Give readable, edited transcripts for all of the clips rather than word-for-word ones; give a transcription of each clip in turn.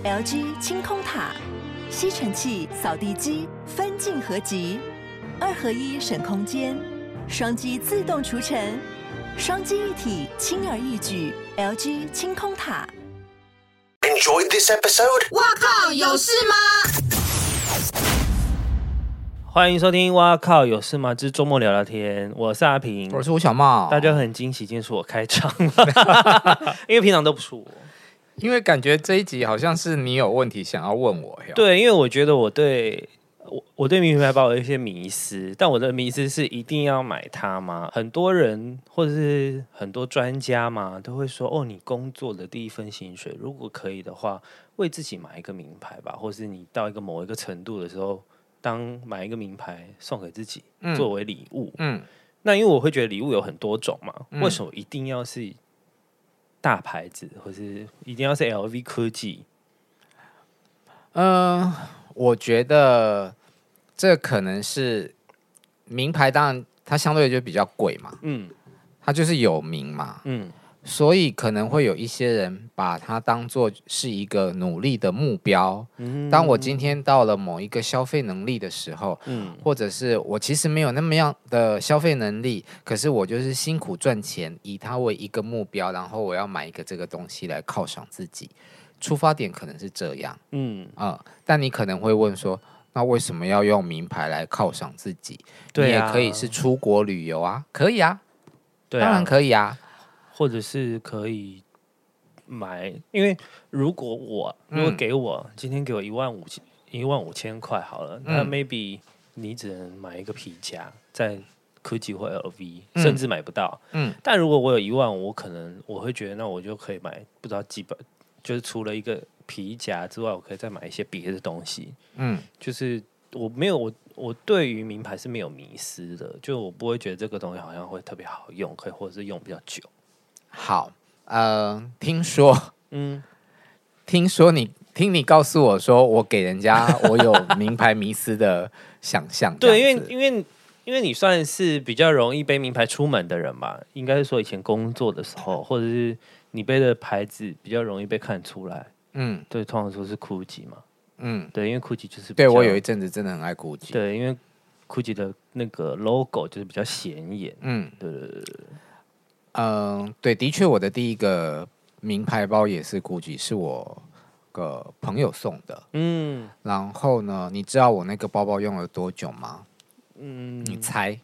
LG 清空塔，吸尘器、扫地机分镜合集，2合1省空间，双击自动除尘，双击一体轻而易举。LG 清空塔。 Enjoyed this episode? 哇靠，有事吗？ 欢迎收听《哇靠有事吗之周末聊聊天》，我是阿平， 我是吴小茂。 大家很惊喜，今天是我开场，因为平常都不是我。 因为感觉这一集好像是你有问题想要问我。 对，因为我觉得我对名牌包有一些迷思，但我的迷思是一定要买它吗？很多人或者是很多专家嘛，都会说哦，你工作的第一份薪水，如果可以的话，为自己买一个名牌吧，或是你到某一个程度的时候，当买一个名牌送给自己，作为礼物。那因为我会觉得礼物有很多种嘛，为什么一定要是大牌子，或是一定要是 LV 科技？ 我觉得这可能是名牌，当然它相对就比较贵嘛，它就是有名嘛，所以可能会有一些人把它当作是一个努力的目标。当我今天到了某一个消费能力的时候，或者是我其实没有那么样的消费能力，可是我就是辛苦赚钱，以它为一个目标，然后我要买一个这个东西来犒赏自己。出发点可能是这样，但你可能会问说，那为什么要用名牌来犒赏自己？ 对啊， 你也可以是出国旅游啊，可以啊， 对啊， 当然可以啊。 或者是可以买，因为如果给我今天给我15000块好了，那 maybe 你只能买一个皮夹，在科技或 LV，甚至买不到。但如果我有1万，我会觉得，那我就可以买不知道几本，就是除了一个皮夹之外，我可以再买一些别的东西。就是我对于名牌是没有迷思的，就我不会觉得这个东西好像会特别好用，可以或者是用比较久。 好，听说你告诉我说，我给人家我有名牌迷思的想象。 对，因为你算是比较容易背名牌出门的人吧，应该是说以前工作的时候，或者是你背的牌子比较容易被看出来。对，通常说是 GUCCI 嘛。对，因为 GUCCI 就是对我有一阵子真的很爱 GUCCI。 对，因为 GUCCI 的那个 logo 就是比较显眼。对。 对，的确，我的第一个名牌包也是 GUCCI， 是我个朋友送的。然后呢，你知道我那个包包用了多久吗？你猜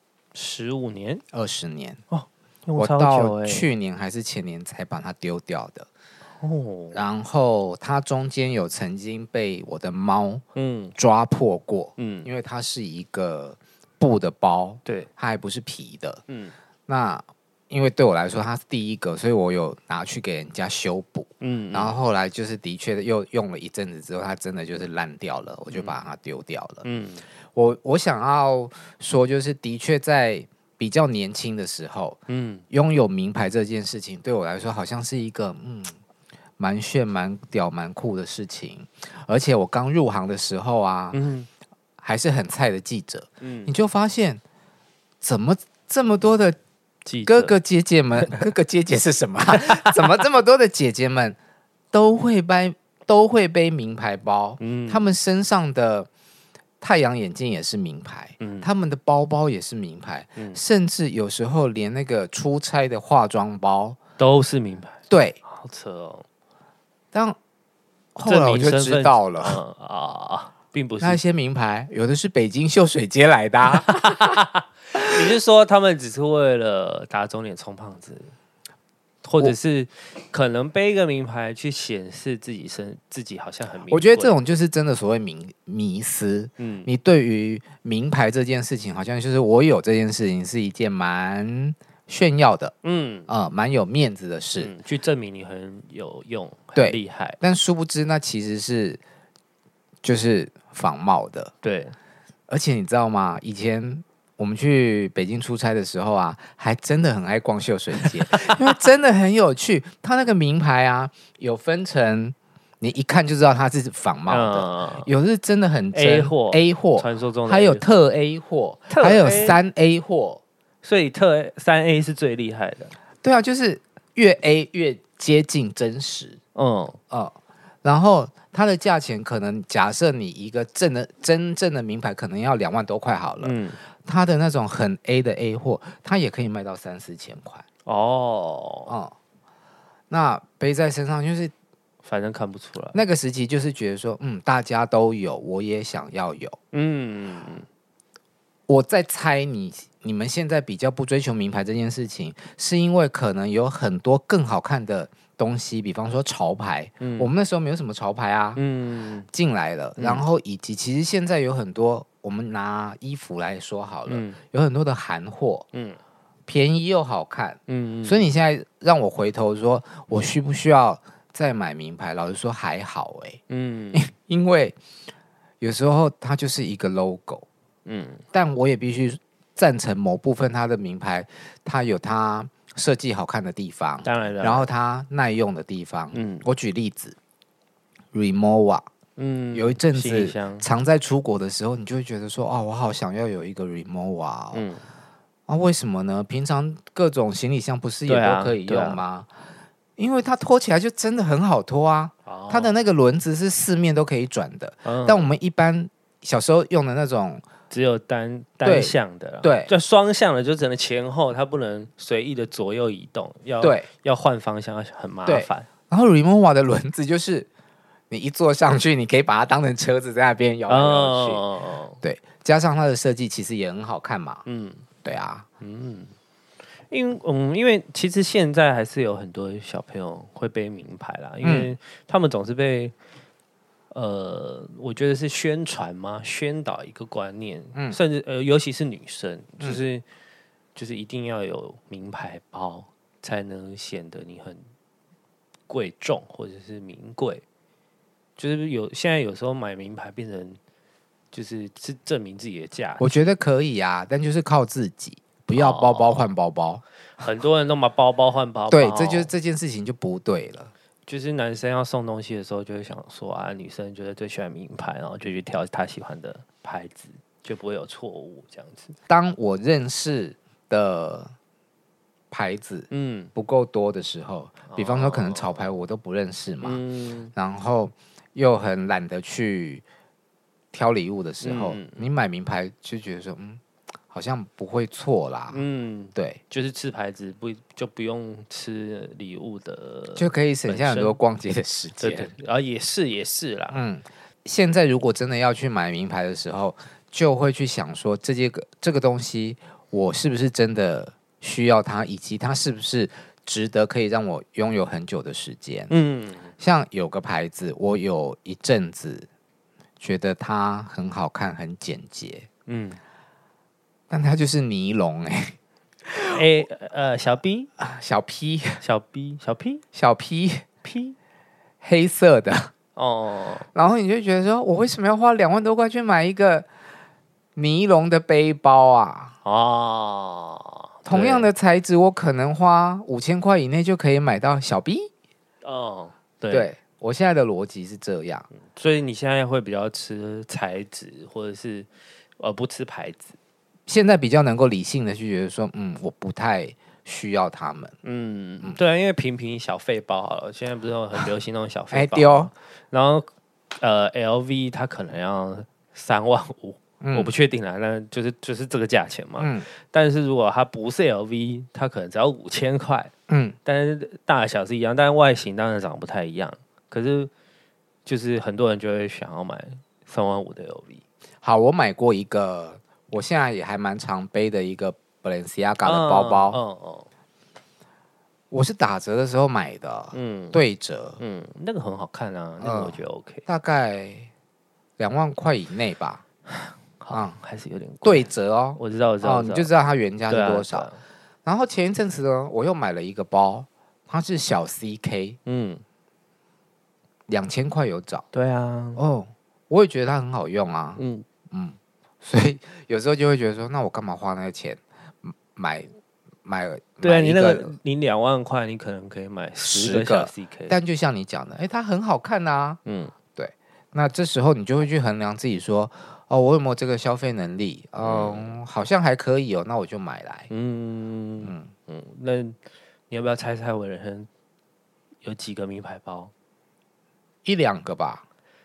？15年、 20年哦， 我到去年还是前年才把它丢掉的。然后它中间有曾经被我的猫抓破过。因为它是一个布的包，对，它还不是皮的。那因为对我来说它是第一个，所以我有拿去给人家修补。然后后来就是的确又用了一阵子之后，它真的就是烂掉了，我就把它丢掉了。我想要说，就是的确在比较年轻的时候，拥有名牌这件事情对我来说好像是一个蛮炫、蛮屌、蛮酷的事情。而且我刚入行的时候啊，还是很菜的记者，你就发现怎么这么多的哥哥姐姐们，哥哥姐姐是什么？怎么这么多的姐姐们都会背名牌包？他们身上的太阳眼镜也是名牌，他们的包包也是名牌，甚至有时候连那个出差的化妆包都是名牌。 对， 好扯哦。 但后来我就知道了， 并不是那些名牌有的是北京秀水街来的。 你是说他们只是为了打肿脸充胖子，或者是可能背一个名牌去显示自己好像很名贵？ 我觉得这种就是真的所谓迷思。你对于名牌这件事情，好像就是我有这件事情是一件蛮炫耀的，蛮有面子的事， 去证明你很有用，很厉害。 但殊不知，那其实是就是仿冒的。对，而且你知道吗？以前我们去北京出差的时候啊，还真的很爱逛秀水街，因为真的很有趣。它那个名牌啊，有分成，你一看就知道它是仿冒的，有的是真的很真 A 货， 传说中的 A 货， 还有特 A 货，还有3A 货。 所以3A 是最厉害的。 对啊，就是越 A 越接近真实。 然后它的价钱可能假设你一个真正的名牌可能要2万多块好了，它的那种很 A 的 A 货，它也可以卖到3-4千块。那背在身上就是反正看不出来。 那个时期就是觉得说，大家都有，我也想要有。我在猜你们现在比较不追求名牌这件事情，是因为可能有很多更好看的东西，比方说潮牌，我们那时候没有什么潮牌啊，进来了，然后以及其实现在有很多，我们拿衣服来说好了，有很多的韩货，便宜又好看，所以你现在让我回头说，我需不需要再买名牌？老实说还好因为有时候它就是一个 logo，但我也必须赞成某部分它的名牌，它有它设计好看的地方， 当然， 然后它耐用的地方。我举例子 ，Rimowa，有一阵子常在出国的时候，你就会觉得说，我好想要有一个 Rimowa，为什么呢？平常各种行李箱不是也都可以用吗？因为它拖起来就真的很好拖啊，它的那个轮子是4面都可以转的，但我们一般小时候用的那种。 只有单向的， 对， 就双向的就只能前后，它不能随意的左右移动，要换方向，很麻烦。 然后 Rimowa 的轮子就是你一坐上去，你可以把它当成车子在那边摇来摇去，对，加上它的设计其实也很好看嘛，对啊， 因为其实现在还是有很多小朋友会背名牌啦，因为他们总是被。我觉得是宣传嘛，宣导一个观念，甚至尤其是女生，就是一定要有名牌包，才能显得你很贵重或者是名贵。就是现在有时候买名牌变成是证明自己的价值。 我觉得可以啊，但就是靠自己，不要包包换包包。 很多人都把包包换包包， 对，这件事情就不对了。 就是男生要送东西的时候，就会想说女生觉得最喜欢名牌，然后就去挑他喜欢的牌子，就不会有错误这样子。 当我认识的牌子不够多的时候，比方说可能潮牌我都不认识嘛，然后又很懒得去挑礼物的时候，你买名牌就觉得说好像不会错啦，对， 就是吃牌子就不用吃礼物的， 就可以省下很多逛街的时间。 对，然后也是啦， 现在如果真的要去买名牌的时候，就会去想说这个东西我是不是真的需要它，以及它是不是值得可以让我拥有很久的时间。像有个牌子，我有一阵子觉得它很好看，很简洁，但它就是尼龙小 B 小 P 黑色的然后你就觉得说，我为什么要花2万多块去买一个尼龙的背包啊？同样的材质，我可能花5000块以内就可以买到小 B。对，我现在的逻辑是这样， 所以你现在会比较吃材质，或者是不吃牌子。 现在比较能够理性的去觉得说，我不太需要他们。 对啊，因为平小费包好了，现在不是很流行那种小费包， 丢。 然后LV 它可能要3万5，我不确定啦，那就是这个价钱嘛。但是如果它不是 LV， 它可能只要5000块。但是大小是一样，但是外形当然长得不太一样。可是就是很多人就会想要买3万5的 LV。 好，我买过一个。我现在也还蛮常背的一个 Balenciaga 的包包，我是打折的时候买的，对折， 那个很好看啊，那个我觉得 OK， 大概2万块以内吧， 还是有点贵， 对折哦， 我知道， 你就知道它原价是多少。然后前一阵子呢，我又买了一个包，它是小 CK，2000块有找， 对啊， 我也觉得它很好用啊，所以有时候就会觉得说，那我干嘛花那个钱买？ 对啊，你2万块，你可能可以买10个小 CK。 但就像你讲的，它很好看啊。对。那这时候你就会去衡量自己说，我有没有这个消费能力？好像还可以那我就买来。 那你要不要猜猜我人生有几个名牌包？ 1-2个吧。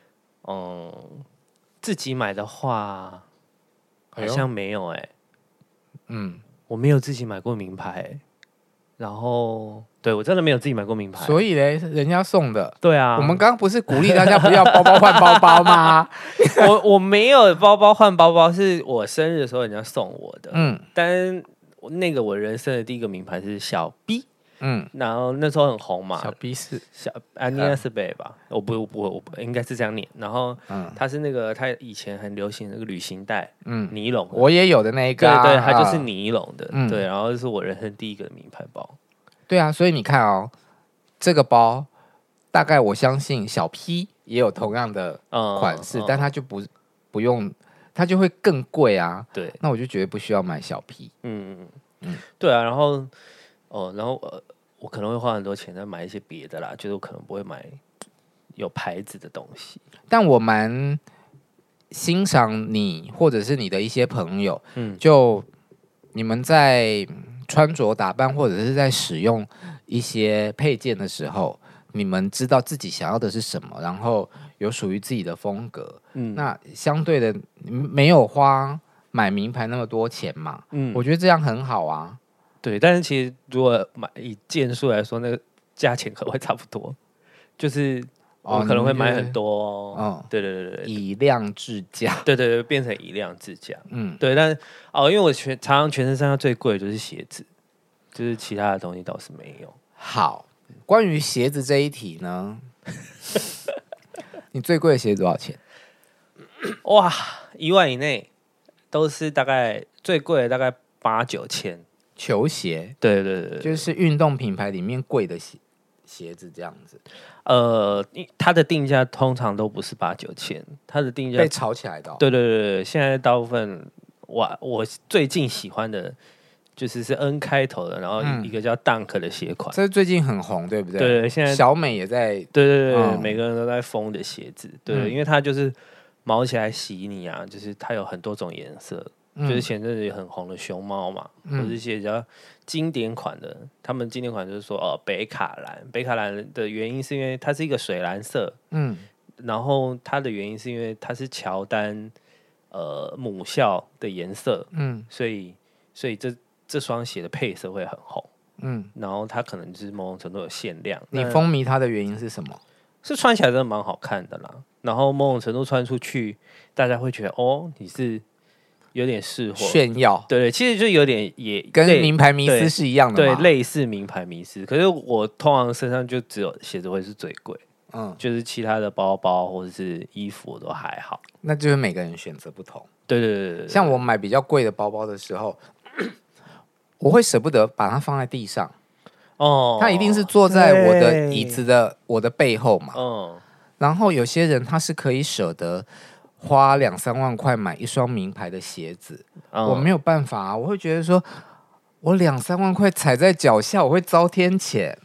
自己买的话好像没有我没有自己买过名牌然后对我真的没有自己买过名牌， 所以嘞，人家送的。 对啊， 我们刚刚不是鼓励大家不要包包换包包吗？ 我没有包包换包包，是我生日的时候人家送我的。但那个我人生的第一个名牌是小 B。然后那时候很红嘛， 小 B 是安妮亚斯贝吧，我不应该是这样念。然后它是那个它以前很流行的那个旅行袋，尼龙， 我也有的那一个， 对，它就是尼龙的，对。然后这是我人生第一个名牌包。对啊，所以你看哦，这个包大概我相信小 P 也有同样的款式，但它就不用，它就会更贵啊。 对， 那我就觉得不需要买小 P。 对啊，然后我可能会花很多钱再买一些别的啦，就是我可能不会买有牌子的东西。 但我蛮欣赏你或者是你的一些朋友，就你们在穿着打扮或者是在使用一些配件的时候，你们知道自己想要的是什么，然后有属于自己的风格。那相对的没有花买名牌那么多钱嘛，我觉得这样很好啊。 对，但是其实如果以件数来说，那个价钱可能会差不多，就是我可能会买很多。对， 以量制价。 对，变成以量制价。对，但因为我常常全身上下最贵的就是鞋子，就是其他的东西倒是没有。 好，关于鞋子这一题呢，你最贵的鞋子多少钱？ 哇，1万以内都是大概最贵的大概8-9千。 球鞋， 对， 就是运动品牌里面贵的鞋子这样子。 它的定价通常都不是8-9千，它的定价被炒起来的。 对，现在大部分我最近喜欢的是 N 开头的，然后一个叫 Dunk 的鞋款， 这最近很红，对不对？ 对，现在小美也在， 对，每个人都在疯的鞋子，对，因为它就是毛起来洗你啊，就是它有很多种颜色。就是前阵子很红的熊猫嘛，或者一些比较经典款的，他们经典款就是说北卡蓝的原因是因为它是一个水蓝色，然后它的原因是因为它是乔丹母校的颜色，所以这双鞋的配色会很红，然后它可能就是某种程度有限量。 你风靡它的原因是什么？ 是穿起来真的蛮好看的啦，然后某种程度穿出去，大家会觉得你是。有点识货炫耀， 对，其实就有点也跟名牌迷思是一样的嘛， 对，类似名牌迷思。可是我通常身上就只有鞋子会是最贵，就是其他的包包或者是衣服都还好。 那就是每个人选择不同。 对， 像我买比较贵的包包的时候，我会舍不得把它放在地上，它一定是坐在我的椅子的我的背后嘛，然后有些人他是可以舍得。花2-3万块买一双名牌的鞋子，我没有办法啊！我会觉得说，我2-3万块踩在脚下，我会遭天谴。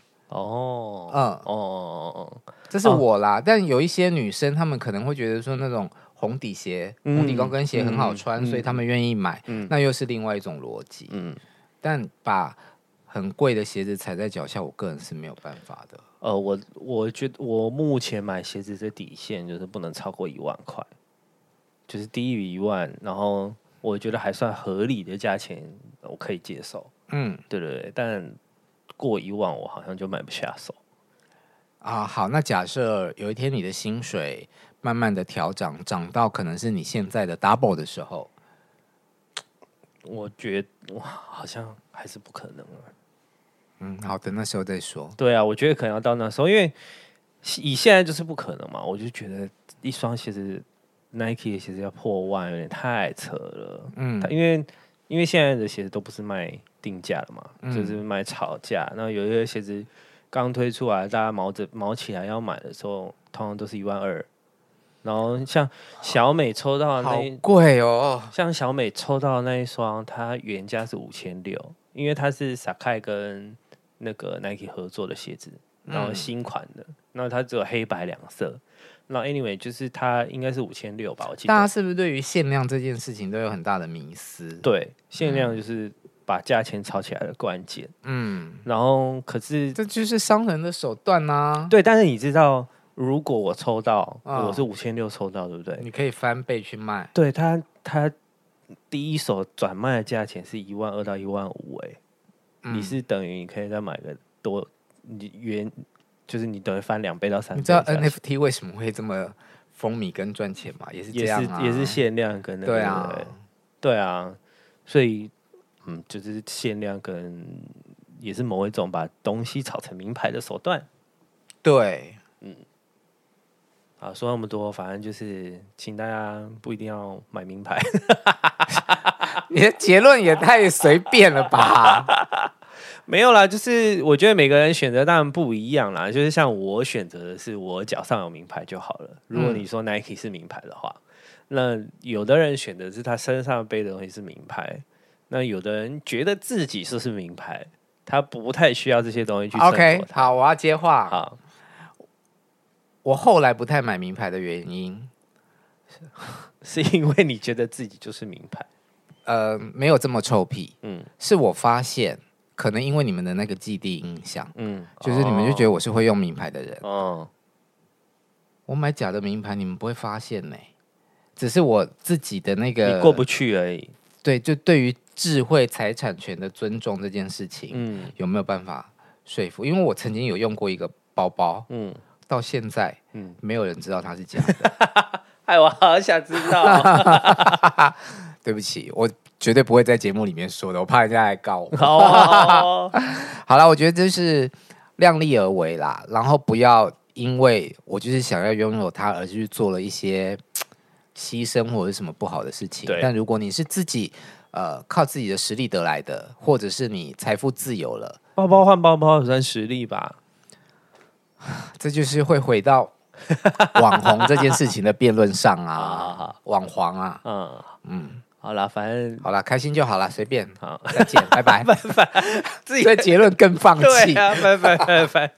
这是我啦。但有一些女生，她们可能会觉得说，那种红底鞋、红底高跟鞋很好穿，所以她们愿意买，那又是另外一种逻辑。但把很贵的鞋子踩在脚下，我个人是没有办法的。 我觉得我目前买鞋子的底线就是不能超过1万块。就是低于1万，然后我觉得还算合理的价钱，我可以接受。对，但过1万我好像就买不下手。 好，那假设有一天你的薪水慢慢的涨到可能是你现在的 double 的时候， 我觉得好像还是不可能了。 好的，那时候再说。 对啊，我觉得可能要到那时候，因为以现在就是不可能嘛。我就觉得一双鞋子。Nike 的鞋子要破万，有点太扯了。因为现在的鞋子都不是卖定价了嘛，就是卖炒价。然后有一些鞋子刚推出来，大家毛起来要买的时候，通常都是1万2。然后像小美抽到的好贵哦， 像小美抽到的那一双，它原价是5600，因为它是 Sacai 跟那个 Nike 合作的鞋子，然后新款的，然后它只有黑白2色。那 anyway 就是它应该是5600吧，我记得。 大家是不是对于限量这件事情都有很大的迷思？ 对，限量就是把价钱炒起来的关键。然后可是这就是商人的手段啊。 对，但是你知道如果我抽到，我是5600抽到，对不对？ 你可以翻倍去卖。 对他第一手转卖的价钱是12000到15000，你是等于你可以再买个多，就是你等于翻2倍到3倍。 你知道 NFT 为什么会这么风靡跟赚钱吗？也是这样啊， 也是限量跟对啊， 对啊，所以就是限量跟也是某一种把东西炒成名牌的手段。 对， 好，说那么多，反正就是请大家不一定要买名牌。 你的结论也太随便了吧？ 没有啦，就是我觉得每个人选择当然不一样啦。就是像我选择的是我脚上有名牌就好了。如果你说 Nike 是名牌的话，那有的人选的是他身上背的东西是名牌，那有的人觉得自己是名牌，他不太需要这些东西去衬托它。 OK， 好，我要接话。 好， 我后来不太买名牌的原因， 是因为你觉得自己就是名牌。 没有这么臭屁。是我发现。可能因为你们的那个既定印象，就是你们就觉得我是会用名牌的人。我买假的名牌，你们不会发现呢，只是我自己的那个你过不去而已。 对，就对于智慧财产权的尊重这件事情，有没有办法说服？因为我曾经有用过一个包包，到现在，没有人知道它是假的。 哎，我好想知道。 对不起，我绝对不会在节目里面说的，我怕人家来告我。好了，我觉得就是量力而为啦，然后不要因为我就是想要拥有它而去做了一些牺牲或者是什么不好的事情。但如果你是自己靠自己的实力得来的，或者是你财富自由了， 包包换包包也算实力吧。 这就是会回到网红这件事情的辩论上啊，网黄啊， 好啦，反正好啦，开心就好啦，随便。 好， 再见，拜拜， 拜拜。 这结论更放弃。 对啊，拜拜。